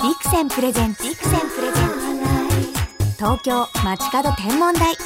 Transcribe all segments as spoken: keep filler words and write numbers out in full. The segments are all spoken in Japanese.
ビクセンプレゼンツビクセンプレゼンツ東京街角天文台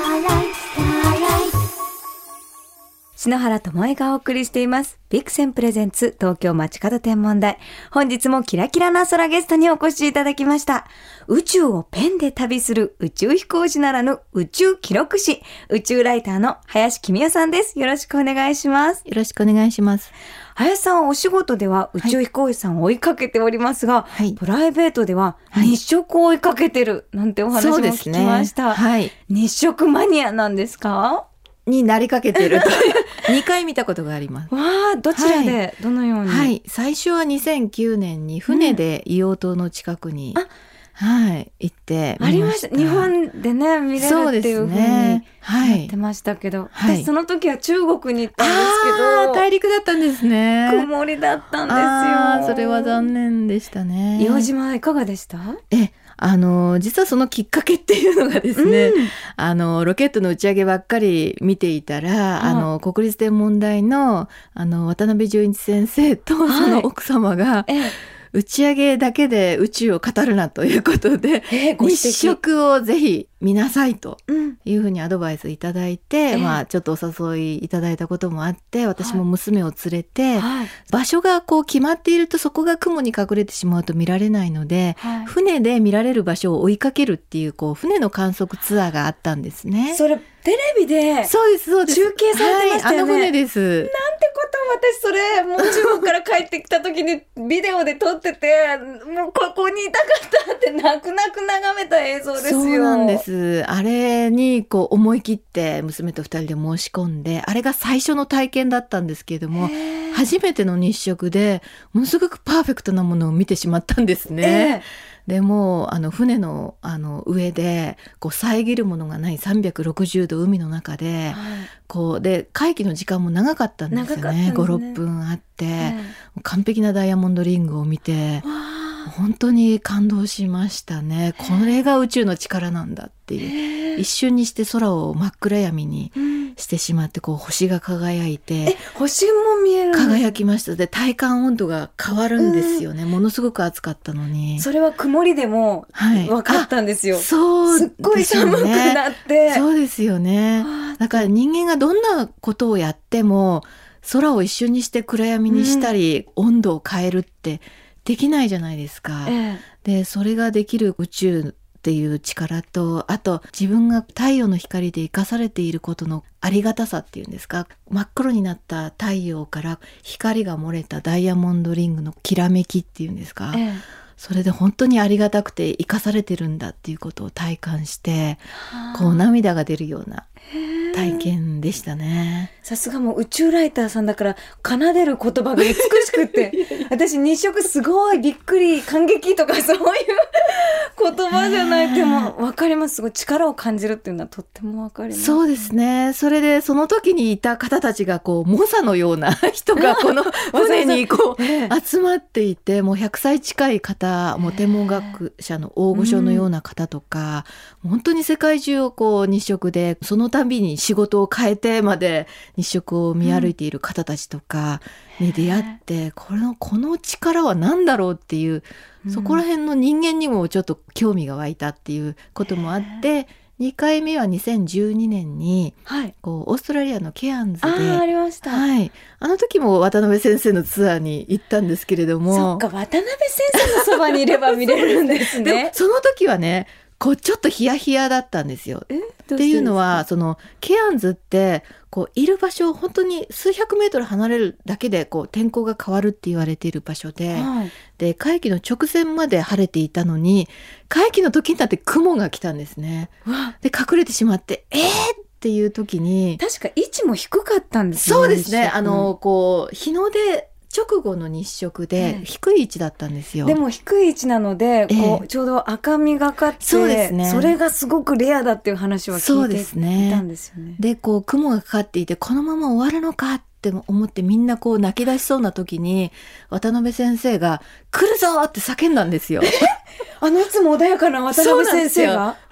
篠原智恵がお送りしていますビクセンプレゼンツ東京街角天文台。本日もキラキラな空ゲストにお越しいただきました。宇宙をペンで旅する宇宙飛行士ならぬ宇宙記録士、宇宙ライターの林公代さんです。よろしくお願いします。 よろしくお願いします。 林さんはお仕事では宇宙飛行士さんを追いかけておりますが、はい、プライベートでは日食を追いかけてるなんてお話も聞きました。 はい、 日食マニアなんですか？ になりかけてるというにかい見たことがあります。 わあ、どちらで、はい、どのように？ はい、最初はにせんきゅうねんに船で硫黄島の近くに、うんはい、行ってみました。ありました。 日本でね見れるっていう風になってましたけど、はい、私その時は中国に行ったんですけど、 あ大陸だったんですね。 曇りだったんですよ。 それは残念でしたね。 硫黄島はいかがでした？ えあの実はそのきっかけっていうのがですね、うん、あのロケットの打ち上げばっかり見ていたら、はい、あの国立天文台 の, あの渡辺淳一先生とその奥様が、はいええ打ち上げだけで宇宙を語るなということで、えー、日食をぜひ見なさいというふうにアドバイスいただいて、うんまあ、ちょっとお誘いいただいたこともあって私も娘を連れて、はい、場所がこう決まっているとそこが雲に隠れてしまうと見られないので、はい、船で見られる場所を追いかけるっていう、こう船の観測ツアーがあったんですね。 それテレビでそうですそうです中継されてましたよね、はい、 あの船です。 なんてこと私それもう中国から帰ってきた時にビデオで撮っててもうここにいたかったって泣く泣く眺めた映像ですよ。 そうなんです。あれにこう思い切って娘とふたりで申し込んで、あれが最初の体験だったんですけれども初めての日食でものすごくパーフェクトなものを見てしまったんですね。でもあの船 の, あの上でこう遮るものがないさんびゃくろくじゅうど海の中で、はい、こうで会期の時間も長かったんですよ ね, ねご、ろっぷんあって、はい、完璧なダイヤモンドリングを見て本当に感動しましたね。これが宇宙の力なんだっていう、一瞬にして空を真っ暗闇にしてしまって、こう星が輝いて、 え星も見える輝きました。で体感温度が変わるんですよね、うん、ものすごく暑かったのに。 それは曇りでも分かったんですよ、 はい、そうですよね。 すっごい寒くなってそうですよね。だから人間がどんなことをやっても空を一瞬にして暗闇にしたり、うん、温度を変えるってできないじゃないですか、ええ、でそれができる宇宙っていう力と、あと自分が太陽の光で生かされていることのありがたさっていうんですか、真っ黒になった太陽から光が漏れたダイヤモンドリングのきらめきっていうんですか、ええ、それで本当にありがたくて生かされてるんだっていうことを体感して、こう涙が出るような体験でしたね。 さすがもう宇宙ライターさんだから奏でる言葉が美しくて私日食すごいびっくり感激とかそういう言葉じゃないでも分かります。すごい力を感じるっていうのはとっても分かります。 そうですね。それでその時にいた方たちがこう猛者のような人がこの船にこう集まっていて、もうひゃくさい近い方、もう天文学者の大御所のような方とか、うん、本当に世界中をこう日食でそのたびに仕事を変えてまで日食を見歩いている方たちとかに出会って、うん、この、この力は何だろうっていう、そこら辺の人間にもちょっと興味が湧いたっていうこともあって、にかいめはにせんじゅうにねんに、はい、こうオーストラリアのケアンズであ, あ, りました、 はい、あの時も渡辺先生のツアーに行ったんですけれども、 そっか渡辺先生のそばにいれば見れるんですね。 でもその時はねこうちょっとヒヤヒヤだったんですよ。えっていうのはそのケアンズってこういる場所本当に数百メートル離れるだけでこう天候が変わるって言われている場所で、はい、で会期の直前まで晴れていたのに会期の時になって雲が来たんですね。で隠れてしまってえーっていう時に確か位置も低かったんですね。 そうですね。あのこう日の出直後の日食で低い位置だったんですよ、 ええ、でも低い位置なのでこう、ええ、ちょうど赤みがかって、そうですね、それがすごくレアだっていう話は聞いていたんですよね。 でこう雲がかかっていてこのまま終わるのかって思ってみんなこう泣き出しそうな時に渡辺先生が来るぞって叫んだんですよ。 あのいつも穏やかな渡辺先生が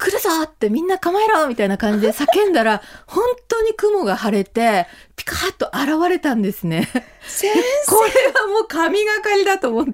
来るぞってみんな構えろみたいな感じで叫んだら本当に雲が晴れてピカッと現れたんですね。 先生これはもう神がかりだと思って。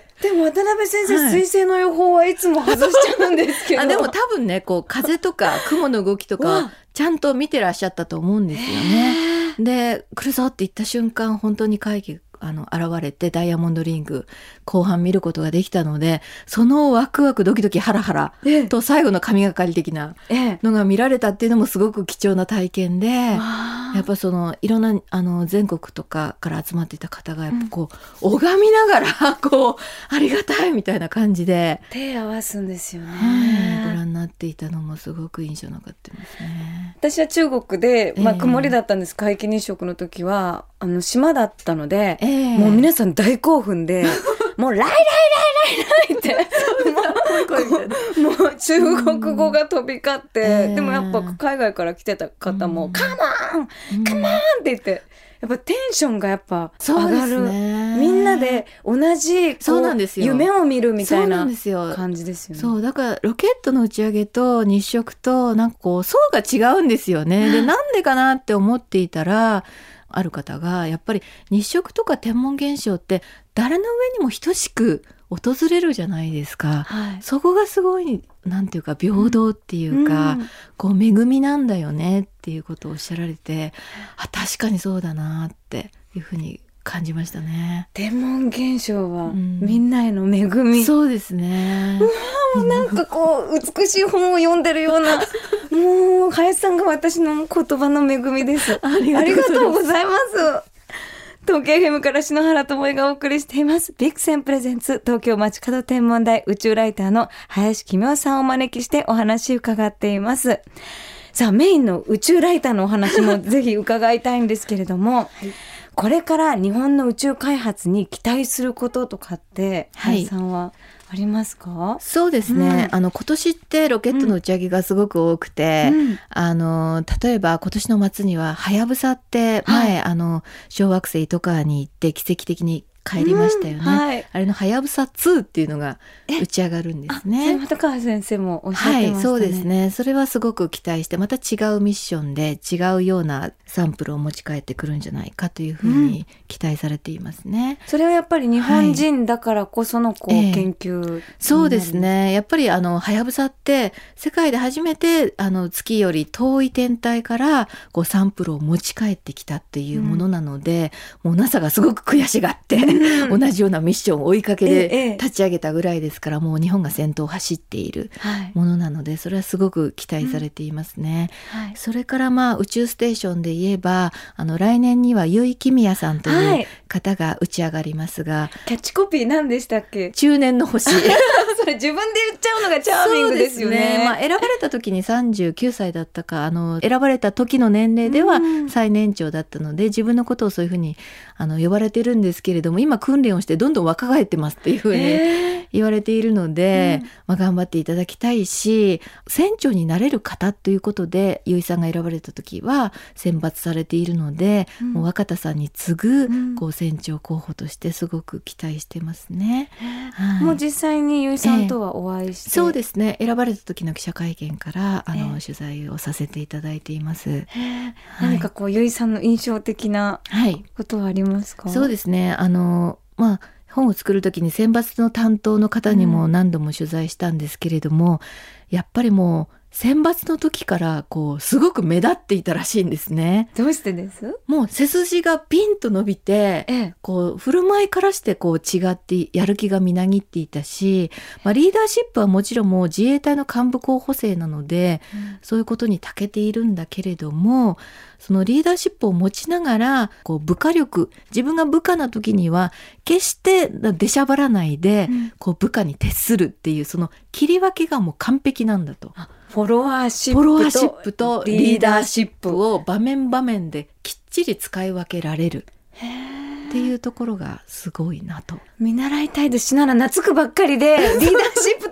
でも渡辺先生、はい、水星の予報はいつも外しちゃうんですけど。 あでも多分ねこう風とか雲の動きとかちゃんと見てらっしゃったと思うんですよね。で来るぞって言った瞬間本当に会議あの現れてダイヤモンドリング後半見ることができたので、そのワクワクドキドキハラハラと最後の神がかり的なのが見られたっていうのもすごく貴重な体験で、やっぱそのいろんなあの全国とかから集まっていた方がやっぱこう、うん、拝みながらこうありがたいみたいな感じで手合わすんですよね、 はい、ご覧になっていたのもすごく印象に残ってますね。 私は中国で、まあ、曇りだったんです、えー、皆既日食の時はあの島だったので、えー、もう皆さん大興奮でもうライライライライライってもう中国語が飛び交って、えー、でもやっぱ海外から来てた方も、うん、カモンカモンって言ってやっぱテンションがやっぱ上がる、ね、みんなで同じそうなんですよ夢を見るみたいな感じですよね。 そうだからロケットの打ち上げと日食となんかこう層が違うんですよね。でなんでかなって思っていたらある方がやっぱり日食とか天文現象って誰の上にも等しく訪れるじゃないですか、はい、そこがすごいなんていうか平等っていうか、うん、こう恵みなんだよねっていうことをおっしゃられて、あ確かにそうだなっていうふうに感じましたね。 天文現象はみんなへの恵み、 うん、そうですね。 うわもうなんかこう美しい本を読んでるようなもう林さんが私の言葉の恵みです。ありがとうございます。東京 エフエム から篠原智恵がお送りしていますビクセンプレゼンツ東京街角天文台宇宙ライターの林公夫さんをお招きしてお話伺っています。さあメインの宇宙ライターのお話もぜひ伺いたいんですけれども、はい、これから日本の宇宙開発に期待することとかって林さんはありますか？ そうですね、うん、あの今年ってロケットの打ち上げがすごく多くて、うん、あの例えば今年の末にははやぶさって前、はい、あの小惑星糸川に行って奇跡的に帰りましたよね、うんはい、あれのはやぶさツーっていうのが打ち上がるんですね。 本川先生もおっしゃってましたね。 はい、そうですね。それはすごく期待してまた違うミッションで違うようなサンプルを持ち帰ってくるんじゃないかというふうに期待されていますね、 うん、それはやっぱり日本人だからこそのこう、はい、研究、 えー、そうですね。やっぱりあのはやぶさって世界で初めてあの月より遠い天体からこうサンプルを持ち帰ってきたっていうものなので、うん、もう ナサ がすごく悔しがって、うん、同じようなミッションを追いかけで立ち上げたぐらいですから、ええ、もう日本が先頭を走っているものなので、はい、それはすごく期待されていますね、うんはい、それからまあ宇宙ステーションで言えばあの来年には結城公也さんという方が打ち上がりますが、はい、 キャッチコピー何でしたっけ？ 中年の星それ自分で言っちゃうのがチャーミングですよね。 そうですね、まあ、選ばれた時にさんじゅうきゅうさいだったかあの選ばれた時の年齢では最年長だったので、うん、自分のことをそういうふうにあの呼ばれてるんですけれども、今訓練をしてどんどん若返ってますっていうふうに言われているので、うんまあ、頑張っていただきたいし、船長になれる方ということで結城さんが選ばれた時は選抜されているので、うん、もう若田さんに次ぐ、うん、こう船長候補としてすごく期待してますね、 はい、もう実際に結城さんとはお会いして、えー、 そうですね、選ばれた時の記者会見からあの、えー、取材をさせていただいています、えーはい、何かこう結城さんの印象的なことはありますか？ はい、そうですね、あのまあ本を作る時に選抜の担当の方にも何度も取材したんですけれども、うん、やっぱりもう選抜の時からこうすごく目立っていたらしいんですね。 どうしてです？ もう背筋がピンと伸びて、ええ、こう振る舞いからしてこう違ってやる気がみなぎっていたし、まあ、リーダーシップはもちろんもう自衛隊の幹部候補生なので、うん、そういうことに長けているんだけれども、そのリーダーシップを持ちながらこう部下力、自分が部下な時には決して出しゃばらないで、うん、こう部下に徹するっていうその切り分けがもう完璧なんだと。 フォロワーシップとリーダーシップを場面場面できっちり使い分けられるっていうところがすごいなと。 見習いたいですしなら懐くばっかりでリーダーシップと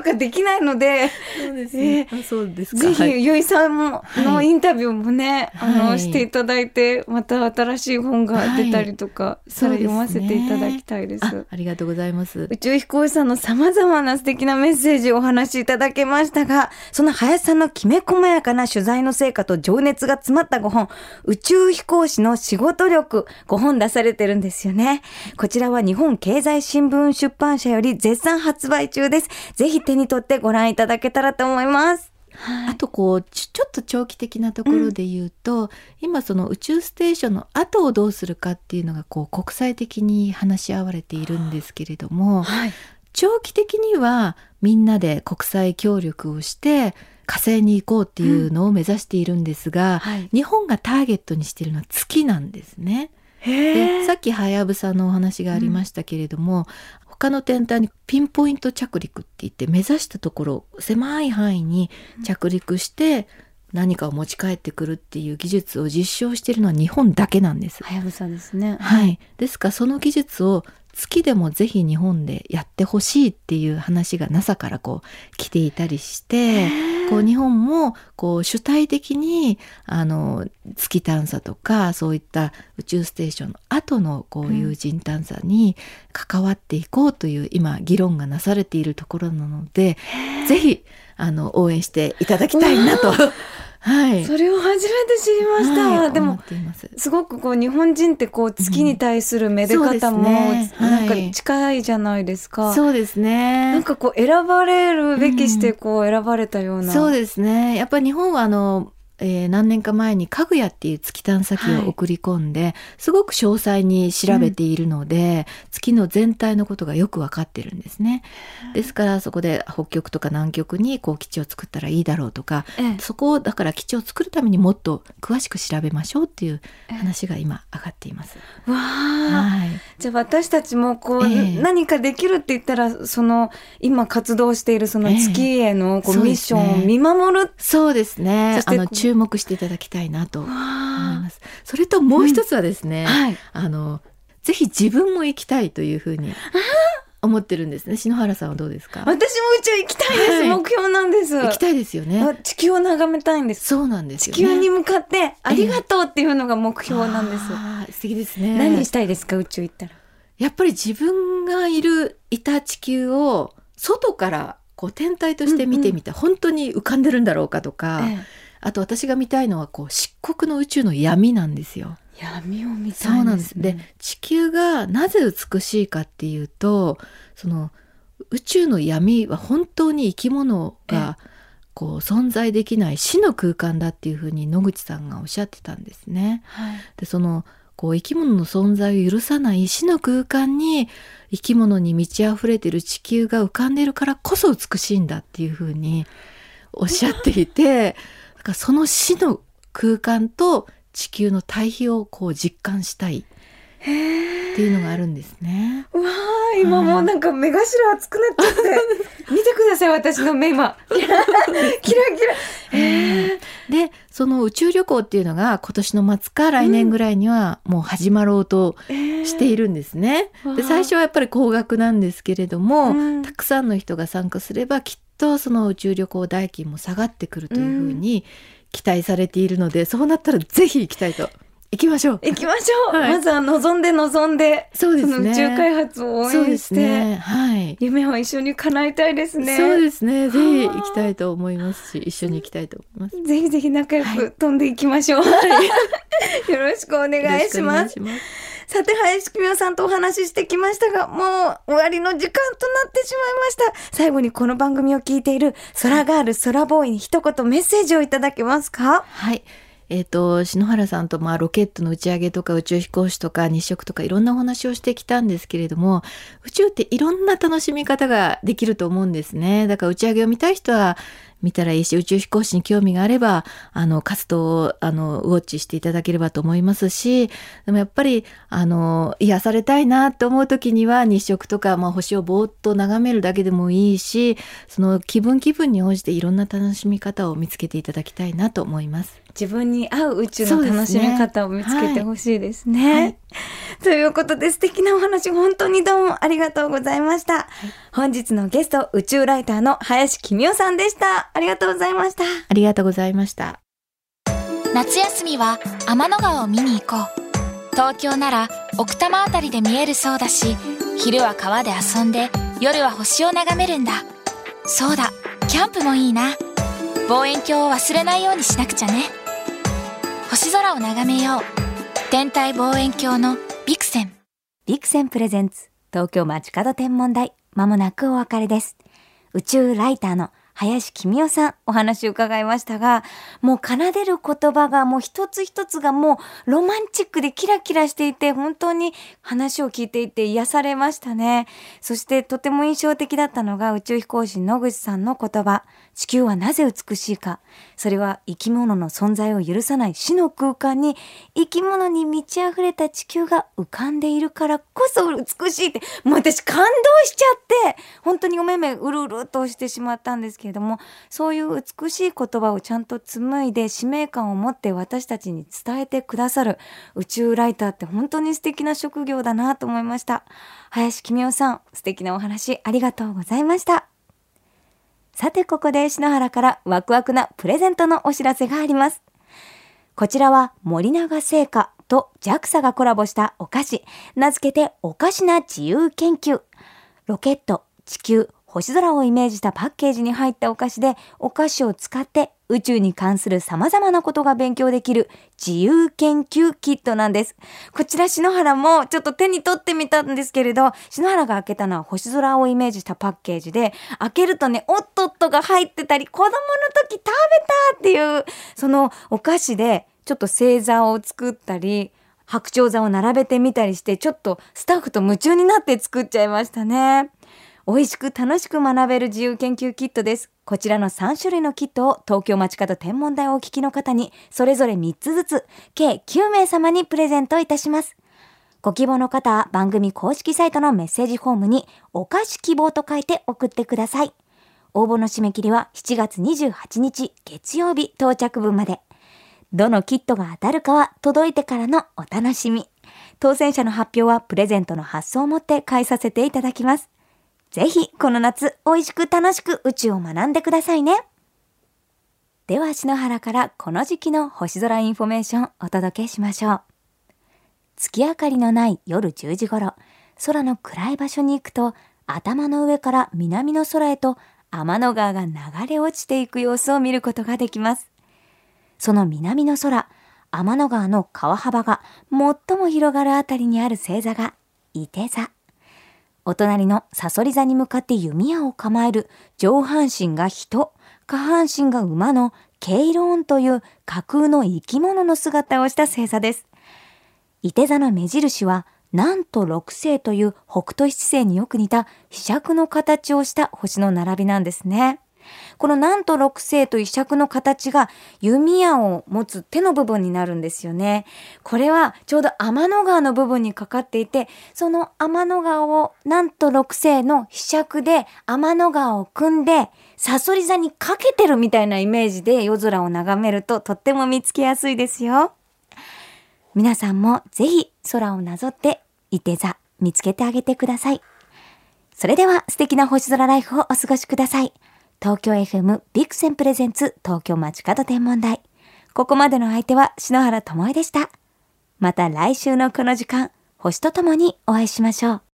とかできないので、 そうですね、 えー、 そうですか。 ぜひ、はい、ゆいさんものインタビューもね、 はい、 あのしていただいて、また新しい本が出たりとか、はい、それ読ませていただきたいです。 あ、ありがとうございます。 宇宙飛行士さんの様々な素敵なメッセージをお話しいただけましたが、その林さんのきめ細やかな取材の成果と情熱が詰まったご本、宇宙飛行士の仕事力、ご本出されてるんですよね。こちらは日本経済新聞出版社より絶賛発売中です。ぜひ手に取ってご覧いただけたらと思います。はい、 あとこうちょ、ちょっと長期的なところで言うと、うん、今その宇宙ステーションの後をどうするかっていうのがこう国際的に話し合われているんですけれども、はい、長期的にはみんなで国際協力をして火星に行こうっていうのを目指しているんですが、うん、はい、日本がターゲットにしているのは月なんですね。でさっきはやぶさのお話がありましたけれども、うん、他の天体にピンポイント着陸って言って目指したところ狭い範囲に着陸して何かを持ち帰ってくるっていう技術を実証しているのは日本だけなんです。 はやぶさですね。 はい。ですからその技術を月でもぜひ日本でやってほしいっていう話が ナサ からこう来ていたりして、こう日本もこう主体的にあの月探査とかそういった宇宙ステーションの後のこういう人探査に関わっていこうという今議論がなされているところなので、ぜひあの応援していただきたいなとはい、 それを初めて知りました。 はい、 でもすごくこう日本人ってこう月に対するめで方も、うんね、なんか近いじゃないですか。 はい、そうですね。 なんかこう選ばれるべきしてこう選ばれたような、うん、 そうですね。やっぱり日本はあのえー、何年か前にかぐやっていう月探査機を送り込んで、はい、すごく詳細に調べているので、うん、月の全体のことがよく分かってるんですね。ですからそこで北極とか南極にこう基地を作ったらいいだろうとか、ええ、そこをだから基地を作るためにもっと詳しく調べましょうっていう話が今上がっています。 わあ、はい、じゃあ私たちもこう、ええ、何かできるって言ったらその今活動しているその月へのこう、ええ、ミッションを見守る。 そうですね。そしてあの注目していただきたいなと思います。それともう一つはですね、うん、はい、あのぜひ自分も行きたいというふうに思ってるんですね。篠原さんはどうですか？ 私も宇宙行きたいです、はい、目標なんです。 行きたいですよね。 地球を眺めたいんです。 そうなんですよね。 地球に向かってありがとうっていうのが目標なんです。 えー、あ素敵ですね。 何したいですか？宇宙行ったら。 やっぱり自分がいるいた地球を外からこう天体として見てみて、うんうん、本当に浮かんでるんだろうかとか、ええ、あと私が見たいのはこう漆黒の宇宙の闇なんですよ。 闇を見たいですね。 そうなんです。で、地球がなぜ美しいかっていうと、その宇宙の闇は本当に生き物がこう存在できない死の空間だっていうふうに野口さんがおっしゃってたんですね。はい、でそのこう生き物の存在を許さない死の空間に生き物に満ち溢れている地球が浮かんでいるからこそ美しいんだっていうふうにおっしゃっていて、だからその死の空間と地球の対比をこう実感したいっていうのがあるんですね。 うわー、今もうなんか目頭熱くなっちゃって見てください、私の目今キラキラ。へでその宇宙旅行っていうのが今年の末か来年ぐらいにはもう始まろうとしているんですね。で最初はやっぱり高額なんですけれども、うん、たくさんの人が参加すればきっとその宇宙旅行代金も下がってくるというふうに期待されているので、うん、そうなったらぜひ行きたいと。行きましょう行きましょう、はい、まずは望んで望んでそうですね、 その宇宙開発を応援して、 ね、はい、 夢を一緒に叶えたいですね。 そうですね、ぜひ行きたいと思いますし一緒に行きたいと思います。 ぜひぜひ仲良く飛んでいきましょう、はい、よろしくお願いします。さて林公代さんとお話ししてきましたが、もう終わりの時間となってしまいました。最後にこの番組を聞いている空ガール空ボーイに一言メッセージをいただけますか？ はい、えーと、篠原さんとまあロケットの打ち上げとか宇宙飛行士とか日食とかいろんなお話をしてきたんですけれども、宇宙っていろんな楽しみ方ができると思うんですね。だから打ち上げを見たい人は見たらいいし、宇宙飛行士に興味があればあの活動をあのウォッチしていただければと思いますし、でもやっぱりあの癒されたいなと思う時には日食とか、まあ、星をぼーっと眺めるだけでもいいし、その気分気分に応じていろんな楽しみ方を見つけていただきたいなと思います。 自分に合う宇宙の楽しみ方を見つけてほしいですね。はいはい。 ということで素敵なお話本当にどうもありがとうございました、はい、本日のゲスト宇宙ライターの林公代さんでした。ありがとうございました。 ありがとうございました。 夏休みは天の川を見に行こう。東京なら奥多摩あたりで見えるそうだし、昼は川で遊んで夜は星を眺めるんだ。そうだ、キャンプもいいな。望遠鏡を忘れないようにしなくちゃね。星空を眺めよう。天体望遠鏡のビクセン。 ビクセンプレゼンツ東京街角天文台、まもなくお別れです。宇宙ライターの林公代さんお話を伺いましたが、もう奏でる言葉がもう一つ一つがもうロマンチックでキラキラしていて、本当に話を聞いていて癒されましたね。そしてとても印象的だったのが宇宙飛行士野口さんの言葉、地球はなぜ美しいか。それは生き物の存在を許さない死の空間に生き物に満ち溢れた地球が浮かんでいるからこそ美しいって、もう私感動しちゃって本当にお目目うるうるとしてしまったんですけれども、そういう美しい言葉をちゃんと紡いで使命感を持って私たちに伝えてくださる宇宙ライターって本当に素敵な職業だなと思いました。林公代さん、素敵なお話ありがとうございました。さてここで篠原からワクワクなプレゼントのお知らせがあります。こちらは森永製菓と ジャクサ がコラボしたお菓子、名付けておかしな自由研究。ロケット、地球、星空をイメージしたパッケージに入ったお菓子で、お菓子を使って宇宙に関する様々なことが勉強できる自由研究キットなんです。こちら篠原もちょっと手に取ってみたんですけれど、篠原が開けたのは星空をイメージしたパッケージで、開けるとね、おっとっとが入ってたり、子供の時食べたっていうそのお菓子でちょっと星座を作ったり、白鳥座を並べてみたりして、ちょっとスタッフと夢中になって作っちゃいましたね。美味しく楽しく学べる自由研究キットです。こちらのさん種類のキットを東京街角天文台をお聞きの方にそれぞれみっつずつ計きゅうめい様にプレゼントいたします。ご希望の方は番組公式サイトのメッセージフォームにお菓子希望と書いて送ってください。応募の締め切りはしちがつにじゅうはちにち月曜日到着分まで。どのキットが当たるかは届いてからのお楽しみ。当選者の発表はプレゼントの発送をもって返させていただきます。ぜひこの夏美味しく楽しく宇宙を学んでくださいね。では篠原からこの時期の星空インフォメーションお届けしましょう。月明かりのない夜じゅうじ頃、空の暗い場所に行くと、頭の上から南の空へと天の川が流れ落ちていく様子を見ることができます。その南の空、天の川の川幅が最も広がるあたりにある星座がいて座。お隣のさそり座に向かって弓矢を構える上半身が人、下半身が馬のケイローンという架空の生き物の姿をした星座です。いて座の目印は南と六星という北斗七星によく似た飛尺の形をした星の並びなんですね。この南と六星と飛尺の形が弓矢を持つ手の部分になるんですよね。これはちょうど天の川の部分にかかっていて、その天の川を南と六星の飛尺で天の川を組んでさそり座にかけてるみたいなイメージで夜空を眺めるととっても見つけやすいですよ。皆さんもぜひ空をなぞっていて座見つけてあげてください。それでは素敵な星空ライフをお過ごしください。東京 エフエム ビクセンプレゼンツ東京街角天文台。ここまでの相手は篠原ともえでした。また来週のこの時間、星とともにお会いしましょう。